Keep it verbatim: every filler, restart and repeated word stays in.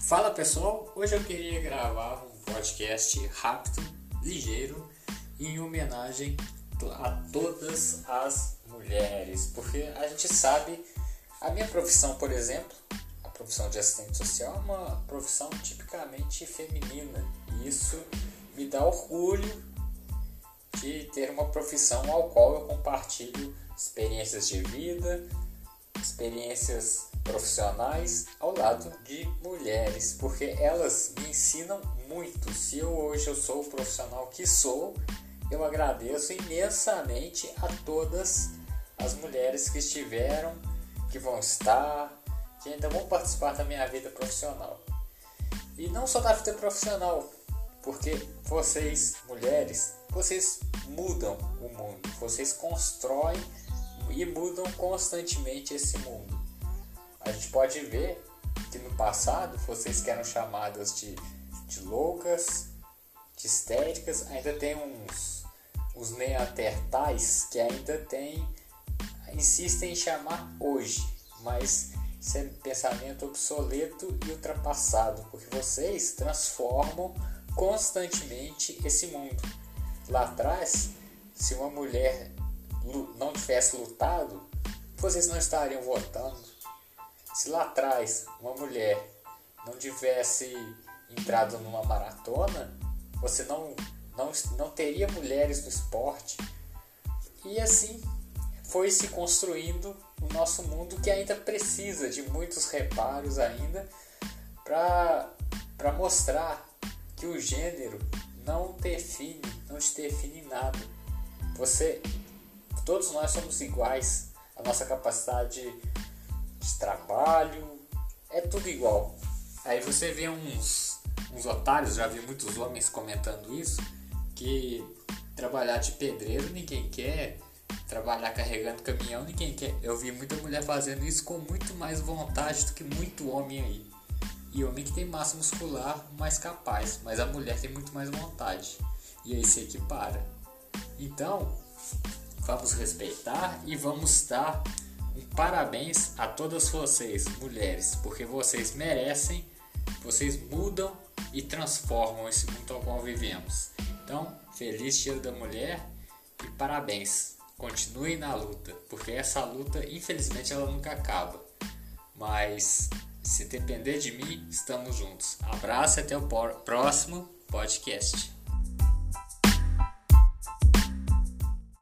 Fala pessoal, hoje eu queria gravar um podcast rápido, ligeiro, em homenagem a todas as mulheres, porque a gente sabe, a minha profissão, por exemplo, a profissão de assistente social é uma profissão tipicamente feminina, e isso me dá orgulho de ter uma profissão ao qual eu compartilho experiências de vida, experiências profissionais ao lado de mulheres, porque elas me ensinam muito. Se eu hoje eu sou o profissional que sou, eu agradeço imensamente a todas as mulheres que estiveram, que vão estar, que ainda vão participar da minha vida profissional. E não só da vida profissional, porque vocês, mulheres, vocês mudam o mundo, vocês constroem e mudam constantemente esse mundo. A gente pode ver que no passado vocês que eram chamadas de, de loucas, de histéricas, ainda tem uns os neandertais que ainda tem, insistem em chamar hoje, mas isso é pensamento obsoleto e ultrapassado, porque vocês transformam constantemente esse mundo. Lá atrás, se uma mulher não tivesse lutado, vocês não estariam votando. Se lá atrás uma mulher não tivesse entrado numa maratona, você não, não, não teria mulheres no esporte. E assim foi se construindo o nosso mundo, que ainda precisa de muitos reparos ainda para mostrar que o gênero não define, não te define nada. Você, todos nós somos iguais, a nossa capacidade de trabalho é tudo igual. Aí você vê uns, uns otários, já vi muitos homens comentando isso, que trabalhar de pedreiro ninguém quer, trabalhar carregando caminhão ninguém quer. Eu vi muita mulher fazendo isso com muito mais vontade do que muito homem aí. E homem que tem massa muscular mais capaz, mas a mulher tem muito mais vontade. E aí se equipara. Então, vamos respeitar e vamos dar um parabéns a todas vocês, mulheres, porque vocês merecem, vocês mudam e transformam esse mundo ao qual vivemos. Então, feliz Dia da Mulher e parabéns. Continuem na luta, porque essa luta, infelizmente, ela nunca acaba. Mas, se depender de mim, estamos juntos. Abraço e até o próximo podcast.